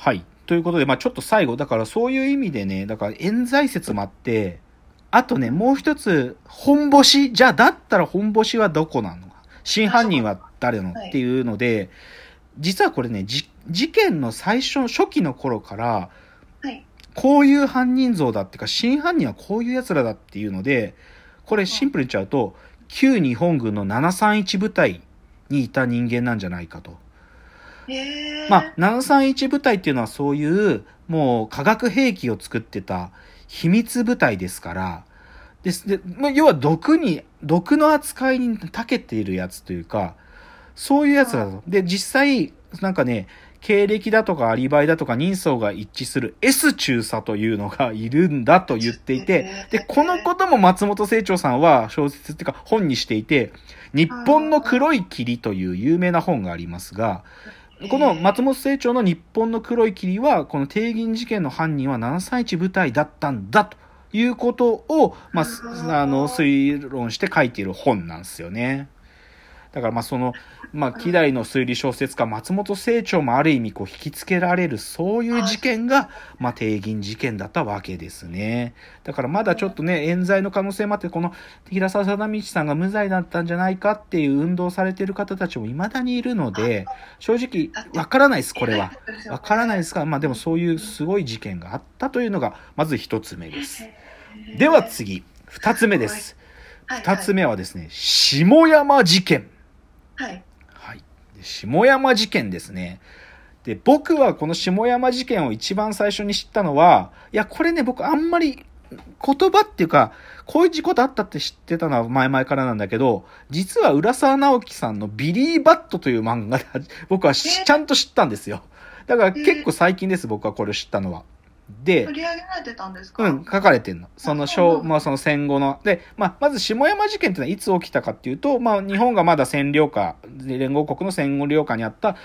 はい。ということで、ちょっと最後、だからそういう意味でね、だから冤罪説もあって、あとね、もう一つ、本ボシ、じゃあだったら本ボシはどこなの？真犯人は誰のっていうので、実はこれね、事件の初期の頃から、こういう犯人像だっていうか、真犯人はこういう奴らだっていうので、これシンプルに言っちゃうと、旧日本軍の731部隊にいた人間なんじゃないかと。731部隊っていうのはそういう、もう化学兵器を作ってた秘密部隊ですから、で、要は毒の扱いに長けているやつというか、そういうやつだと。で、実際、なんかね、経歴だとかアリバイだとか人相が一致する S 中佐というのがいるんだと言っていて、で、このことも松本清張さんは小説っていうか本にしていて、日本の黒い霧という有名な本がありますが、この松本清張の日本の黒い霧は、この帝銀事件の犯人は731部隊だったんだということを、推論して書いている本なんですよね。だから希代の推理小説家松本清張もある意味引きつけられるそういう事件が帝銀事件だったわけですね。だからまだちょっとね、冤罪の可能性もあって、この平沢貞道さんが無罪だったんじゃないかっていう運動されている方たちも未だにいるので、正直わからないです、これは。わからないですが、でもそういうすごい事件があったというのがまず一つ目です。では次、二つ目です。二つ目はですね、下山事件。はい。下山事件ですね。で、僕はこの下山事件を一番最初に知ったのは、いや、これね、僕あんまり言葉っていうか、こういう事故だったって知ってたのは前々からなんだけど、実は浦沢直樹さんのビリーバットという漫画で僕はちゃんと知ったんですよ。だから結構最近です、僕はこれを知ったのは。で、 取り上げられてたんですか？ 書かれてんの。その戦後の。で、まず下山事件ってのはいつ起きたかっていうと、日本がまだ占領下、連合国の占領下にあった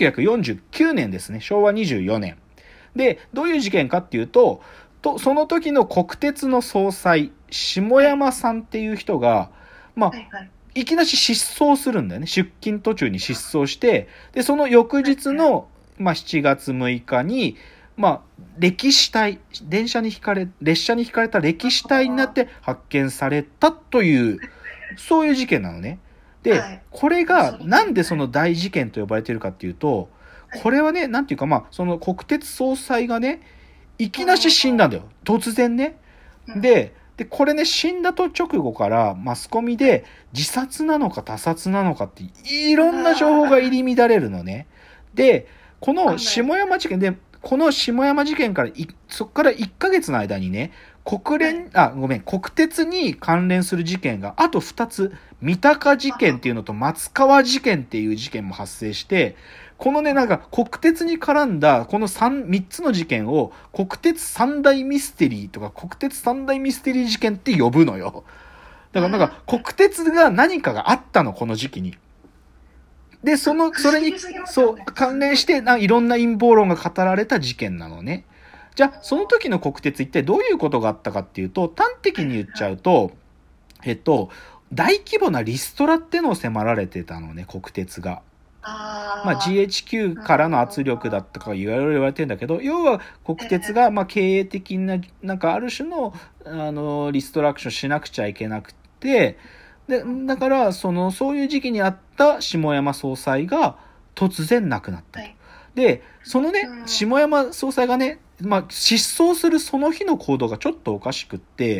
1949年ですね。昭和24年。で、どういう事件かっていうと、その時の国鉄の総裁、下山さんっていう人が、いきなし失踪するんだよね。出勤途中に失踪して、で、その翌日の、7月6日に、列車に引かれた歴史体になって発見されたという、そういう事件なのね。で、これがなんでその大事件と呼ばれているかっていうと、これはね、なんていうかその国鉄総裁がね、いきなし死んだんだよ。突然ね。で、これね、死んだと直後からマスコミで自殺なのか他殺なのかっていろんな情報が入り乱れるのね。で、この下山事件で、この下山事件からそこから1ヶ月の間にね、国鉄に関連する事件があと2つ、三鷹事件っていうのと松川事件っていう事件も発生して、このね、国鉄に絡んだこの3つの事件を国鉄三大ミステリーとか国鉄三大ミステリー事件って呼ぶのよ。だから国鉄が何かがあったの、この時期に。で、それに、関連して、いろんな陰謀論が語られた事件なのね。じゃあ、その時の国鉄一体どういうことがあったかっていうと、端的に言っちゃうと、大規模なリストラってのを迫られてたのね、国鉄が。GHQ からの圧力だったかいろいろ言われてるんだけど、要は国鉄が経営的な、ある種の、リストラクションしなくちゃいけなくて、で、だから、そういう時期にあった下山総裁が突然亡くなったと。で、そのね、下山総裁がね、失踪するその日の行動がちょっとおかしくって、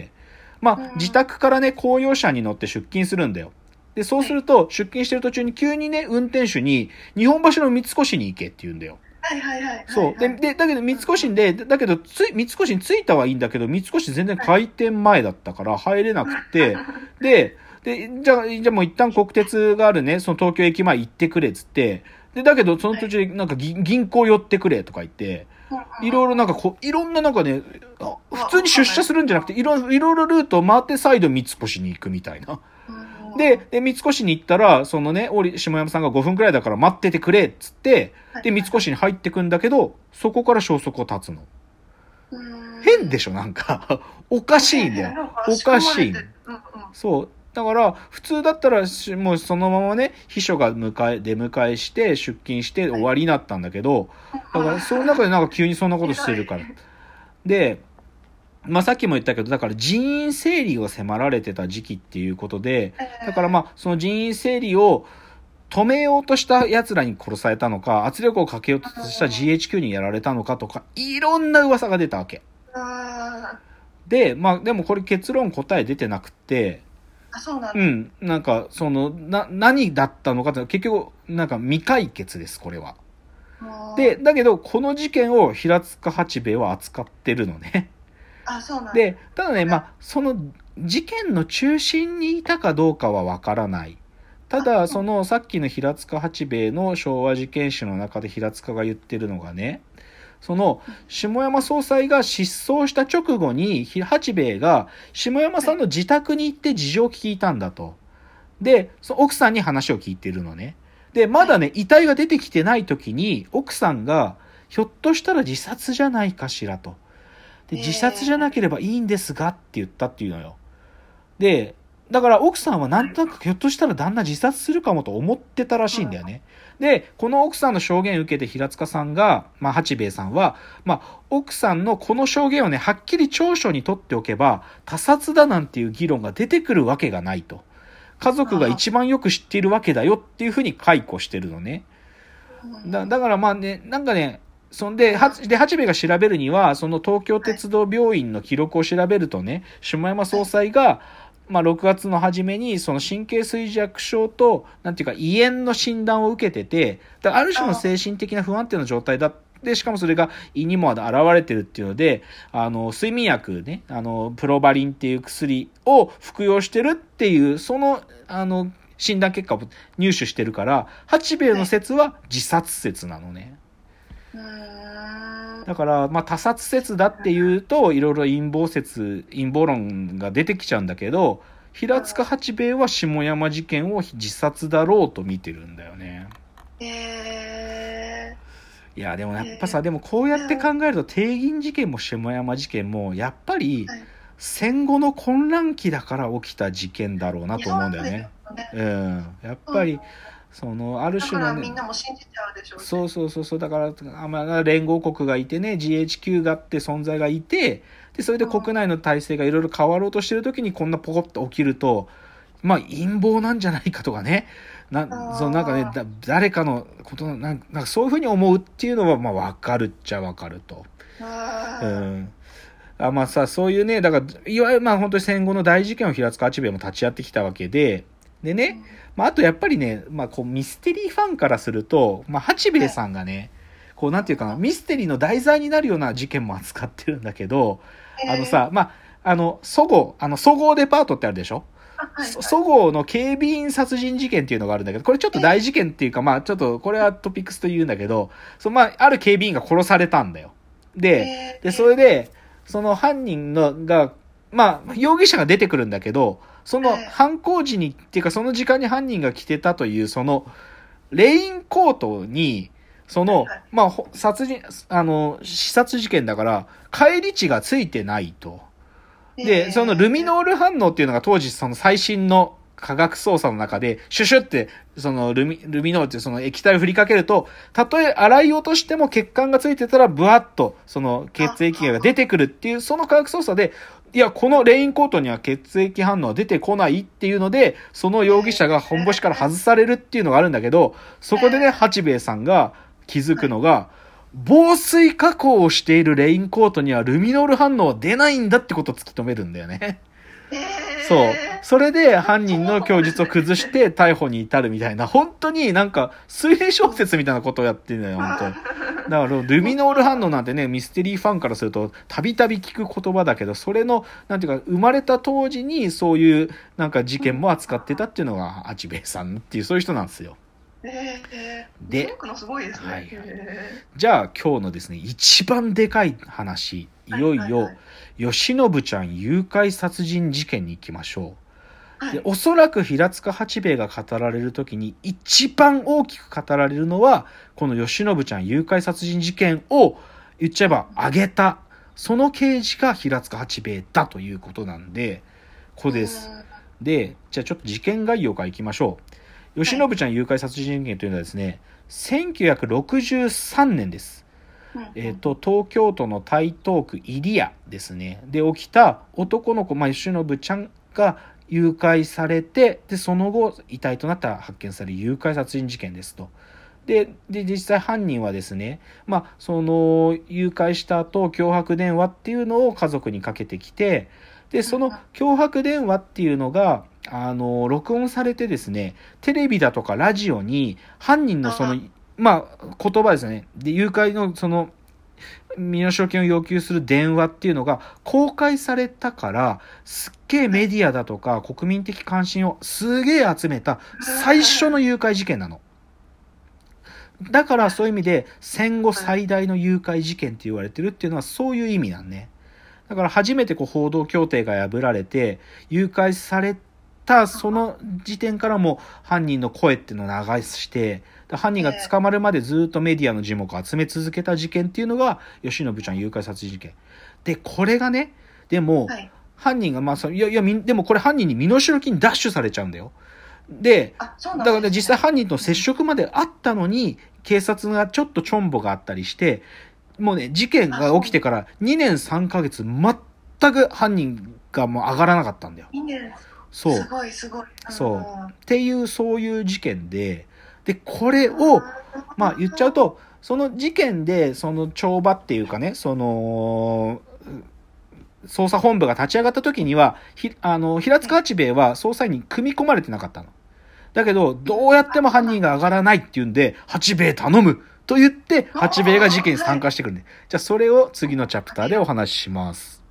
自宅からね、公用車に乗って出勤するんだよ。で、そうすると、出勤してる途中に急にね、運転手に、日本橋の三越に行けって言うんだよ。そう。で、だけど三越に着いたはいいんだけど、三越全然開店前だったから入れなくて、で、じゃあもう一旦国鉄があるね、その東京駅前行ってくれっつって、で、だけどその途中で銀行寄ってくれとか言って、いろいろいろんなね、普通に出社するんじゃなくて、いろいろルートを回って再度三越に行くみたいな。で、三越に行ったら、そのね、下山さんが5分くらいだから待っててくれっつって、で、三越に入ってくんだけど、そこから消息を絶つの。変でしょ、おかしいんだよ。おかしい。そう。 だから、普通だったら、もうそのままね、秘書が出迎えして、出勤して終わりになったんだけど、だから、その中でなんか急にそんなことしてるから。で、まあ、さっきも言ったけど、だから人員整理を迫られてた時期っていうことで、だからまあ、その人員整理を止めようとした奴らに殺されたのか、圧力をかけようとした GHQ にやられたのかとか、いろんな噂が出たわけ。で、まあ、でもこれ結論答え出てなくて、 そうなんだ。 うん。なんか、何だったのかって、結局、なんか未解決です、これは。で、だけど、この事件を平塚八兵衛は扱ってるのね。 そうなんだ。 で、ただね、まあ、その事件の中心にいたかどうかはわからない。ただ、さっきの平塚八兵衛の昭和事件史の中で平塚が言ってるのがね、下山総裁が失踪した直後に、八兵衛が下山さんの自宅に行って事情を聞いたんだと。で、奥さんに話を聞いてるのね。で、まだね、遺体が出てきてない時に、奥さんが、ひょっとしたら自殺じゃないかしらと。で、自殺じゃなければいいんですがって言ったっていうのよ。で、だから奥さんはなんとなくひょっとしたら旦那自殺するかもと思ってたらしいんだよね。で、この奥さんの証言を受けて平塚さんが、まあ、八兵衛さんは、まあ、奥さんのこの証言をね、はっきり調書に取っておけば、他殺だなんていう議論が出てくるわけがないと。家族が一番よく知っているわけだよっていうふうに解雇してるのね。だからまあね、なんかね、八兵衛が調べるには、その東京鉄道病院の記録を調べるとね、下山総裁が、まあ、6月の初めに、その神経衰弱症と、なんていうか、胃炎の診断を受けてて、ある種の精神的な不安定な状態だって、しかもそれが胃にも現れてるっていうので、睡眠薬ね、プロバリンっていう薬を服用してるっていう、診断結果を入手してるから、八兵衛の説は自殺説なのね。だから、まあ、他殺説だっていうと、いろいろ陰謀論が出てきちゃうんだけど、平塚八兵衛は下山事件を自殺だろうと見てるんだよね。いや、でもやっぱさ、でもこうやって考えると、帝銀事件も下山事件も、やっぱり、戦後の混乱期だから起きた事件だろうなと思うんだよね。やっぱり、ある種のね、 みんなも信じちゃうでしょうね。 そう。だから、連合国がいてね、GHQ がって存在がいて、で、それで国内の体制がいろいろ変わろうとしてる時にこんなポコッと起きると、まあ、陰謀なんじゃないかとかね。なんかね、誰かのことなんかそういうふうに思うっていうのは、まあ、わかるっちゃわかると。まあさ、そういうね、だから、いわゆるまあ本当に戦後の大事件を平塚八兵衛も立ち会ってきたわけで、でね、まああとやっぱりね、まあこうミステリーファンからすると、まあ八兵衛さんがね、こうなんていうかな、ミステリーの題材になるような事件も扱ってるんだけど、まあ、そごうデパートってあるでしょ？そごうの警備員殺人事件っていうのがあるんだけど、これちょっと大事件っていうか、まあちょっとこれはトピックスと言うんだけど、まあある警備員が殺されたんだよ。で、それで、その犯人が、まあ容疑者が出てくるんだけど、その犯行時に、っていうかその時間に犯人が着てたというそのレインコートに、まあ刺殺事件だから返り値がついてないと。で、そのルミノール反応っていうのが当時その最新の科学捜査の中で、シュシュって、そのルミノールっていうその液体を振りかけると、たとえ洗い落としても血管がついてたら、ブワッと、その血液が出てくるっていう、その科学捜査で、いや、このレインコートには血液反応は出てこないっていうので、その容疑者が本干しから外されるっていうのがあるんだけど、そこでね、八兵衛さんが気づくのが、防水加工をしているレインコートにはルミノール反応は出ないんだってことを突き止めるんだよね。そう。それで犯人の供述を崩して逮捕に至るみたいな、本当になんか推理小説みたいなことをやってるんだよ、本当に。だからルミノール反応なんてね、ミステリーファンからするとたびたび聞く言葉だけど、それの、なんていうか、生まれた当時にそういうなんか事件も扱ってたっていうのが八兵衛さんっていう、そういう人なんですよ。 で、すごいですね。 じゃあ今日のですね、一番でかい話、いよいよ、吉信ちゃん誘拐殺人事件に行きましょう。で、おそらく平塚八兵衛が語られるときに一番大きく語られるのは、この吉信ちゃん誘拐殺人事件を言っちゃえば挙げた、その刑事が平塚八兵衛だということなんで、これです。 で、じゃあちょっと事件概要からいきましょう。吉信ちゃん誘拐殺人事件というのはですね、1963年です。東京都の台東区入谷ですね。で、起きた男の子、吉信ちゃんが誘拐されて、で、その後、遺体となった発見される誘拐殺人事件ですと。で、実際犯人はですね、その、誘拐した後、脅迫電話っていうのを家族にかけてきて、で、その脅迫電話っていうのが、録音されてですね、テレビだとかラジオに、犯人のその、言葉ですね。で、誘拐のその、身代金を要求する電話っていうのが公開されたから、すっげえメディアだとか国民的関心をすげえ集めた最初の誘拐事件なの。だからそういう意味で戦後最大の誘拐事件って言われてるっていうのはそういう意味なんね。だから初めて報道協定が破られて誘拐されたその時点からも犯人の声っていうのを流して犯人が捕まるまでずっとメディアの耳目を集め続けた事件っていうのが吉信ちゃん誘拐殺人事件で、これがね、でも、犯人がでもこれ犯人に身代金奪取されちゃうんだよ。で、だから実際犯人と接触まであったのに警察がちょっとチョンボがあったりしてもうね、事件が起きてから2年3ヶ月全く犯人がもう上がらなかったんだよ。そう。 すごいすごい。 そう。っていうそういう事件で、これを、言っちゃうと、その事件で、その帳場っていうかね、その、捜査本部が立ち上がった時には、平塚八兵衛は捜査員に組み込まれてなかったの。だけど、どうやっても犯人が上がらないっていうんで、八兵衛頼むと言って、八兵衛が事件に参加してくるんで。じゃあ、それを次のチャプターでお話しします。